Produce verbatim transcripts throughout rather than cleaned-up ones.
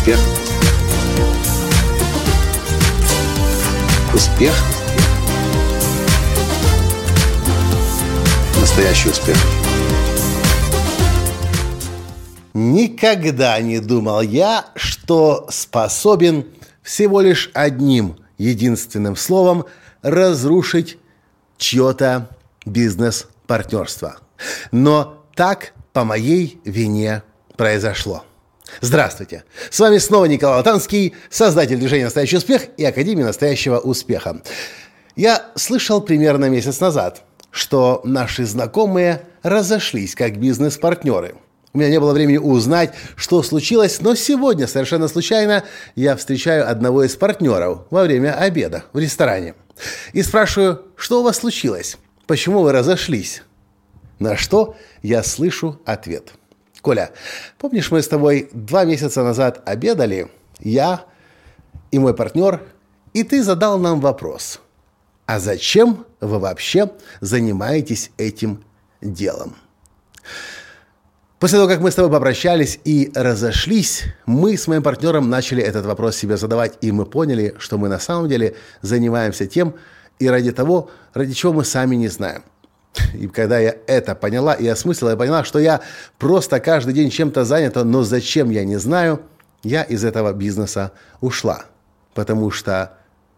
Успех. Успех. Настоящий успех. Никогда не думал я, что способен всего лишь одним единственным словом разрушить чье-то бизнес-партнерство. Но так по моей вине произошло. Здравствуйте! С вами снова Николай Латанский, создатель движения «Настоящий успех» и Академии настоящего успеха. Я слышал примерно месяц назад, что наши знакомые разошлись как бизнес-партнеры. У меня не было времени узнать, что случилось, но сегодня совершенно случайно я встречаю одного из партнеров во время обеда в ресторане. И спрашиваю, что у вас случилось? Почему вы разошлись? На что я слышу ответ. Коля, помнишь, мы с тобой два месяца назад обедали, я и мой партнер, и ты задал нам вопрос. А зачем вы вообще занимаетесь этим делом? После того, как мы с тобой попрощались и разошлись, мы с моим партнером начали этот вопрос себе задавать, и мы поняли, что мы на самом деле занимаемся тем и ради того, ради чего мы сами не знаем. И когда я это поняла и осмыслила, я поняла, что я просто каждый день чем-то занята, но зачем, я не знаю, я из этого бизнеса ушла, потому что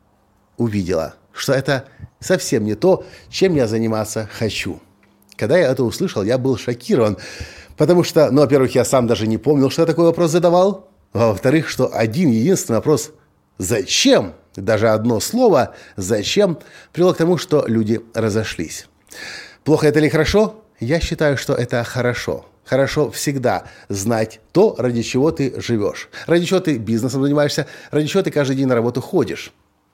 увидела, что это совсем не то, чем я заниматься хочу. Когда я это услышал, я был шокирован, потому что, ну, во-первых, я сам даже не помнил, что я такой вопрос задавал, а во-вторых, что один единственный вопрос «зачем?», даже одно слово «зачем?» привело к тому, что люди разошлись. Плохо это или хорошо? Я считаю, что это хорошо. Хорошо всегда знать то, ради чего ты живешь, ради чего ты бизнесом занимаешься, ради чего ты каждый день на работу ходишь.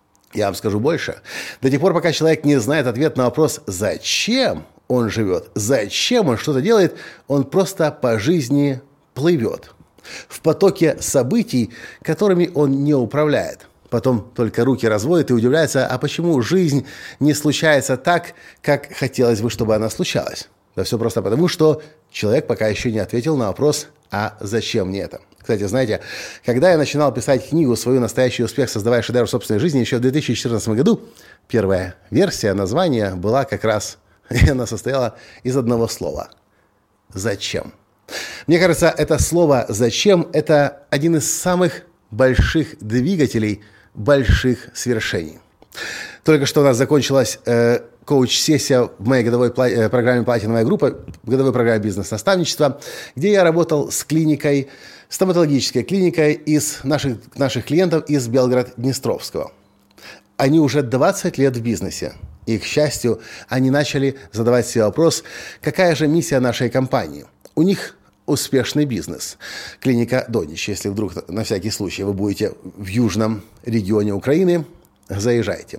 Я вам скажу больше. До тех пор, пока человек не знает ответ на вопрос «зачем?», он живет, зачем он что-то делает, он просто по жизни плывет в потоке событий, которыми он не управляет. Потом только руки разводит и удивляется, а почему жизнь не случается так, как хотелось бы, чтобы она случалась. Да все просто потому, что человек пока еще не ответил на вопрос «а зачем мне это?». Кстати, знаете, когда я начинал писать книгу «Свой настоящий успех, создавая шедевр собственной жизни» еще в две тысячи четырнадцатом году, первая версия названия была как раз, и она состояла из одного слова «зачем?». Мне кажется, это слово «зачем» – это один из самых больших двигателей больших свершений. Только что у нас закончилась э, коуч-сессия в моей годовой пла- э, программе «Платиновая группа», в годовой программе «Бизнес-наставничество», где я работал с клиникой, стоматологической клиникой из наших, наших клиентов из Белгород-Днестровского. Они уже двадцать лет в бизнесе. И, к счастью, они начали задавать себе вопрос, какая же миссия нашей компании. У них успешный бизнес. Клиника Донич. Если вдруг, на всякий случай, вы будете в южном регионе Украины, заезжайте.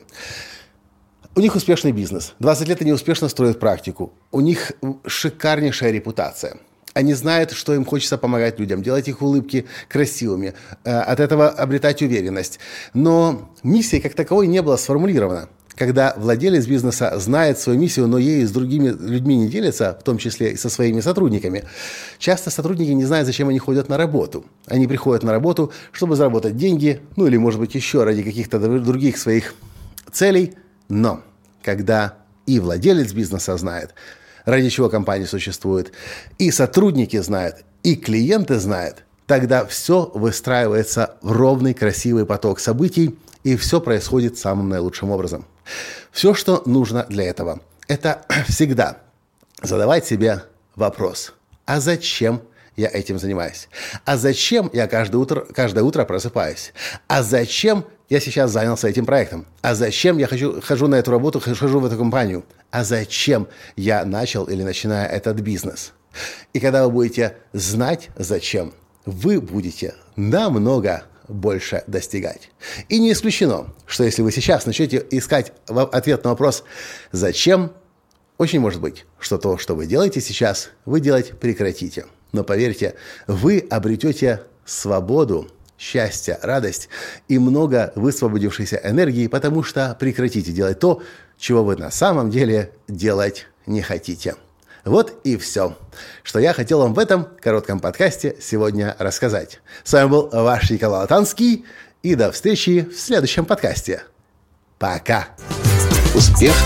У них успешный бизнес. двадцать лет они успешно строят практику. У них шикарнейшая репутация. Они знают, что им хочется помогать людям, делать их улыбки красивыми, от этого обретать уверенность. Но миссии как таковой не было сформулировано. Когда владелец бизнеса знает свою миссию, но ею с другими людьми не делится, в том числе и со своими сотрудниками, часто сотрудники не знают, зачем они ходят на работу. Они приходят на работу, чтобы заработать деньги, ну или, может быть, еще ради каких-то других своих целей. Но когда и владелец бизнеса знает, ради чего компания существует, и сотрудники знают, и клиенты знают, тогда все выстраивается в ровный, красивый поток событий, и все происходит самым наилучшим образом. Все, что нужно для этого, это всегда задавать себе вопрос: а зачем я этим занимаюсь? А зачем я каждое утро, каждое утро просыпаюсь? А зачем я сейчас занялся этим проектом? А зачем я хочу, хожу на эту работу, хожу в эту компанию? А зачем я начал или начинаю этот бизнес? И когда вы будете знать зачем, вы будете намного больше достигать. И не исключено, что если вы сейчас начнете искать ответ на вопрос «зачем?», очень может быть, что то, что вы делаете сейчас, вы делать прекратите. Но поверьте, вы обретете свободу, счастье, радость и много высвободившейся энергии, потому что прекратите делать то, чего вы на самом деле делать не хотите. Вот и все, что я хотел вам в этом коротком подкасте сегодня рассказать. С вами был ваш Николай Латанский, и до встречи в следующем подкасте. Пока! Успех!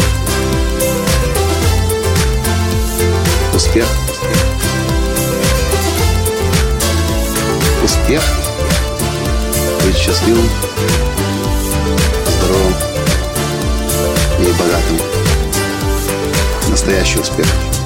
Успех! Успех! Быть счастливым, здоровым и богатым. Настоящий успех!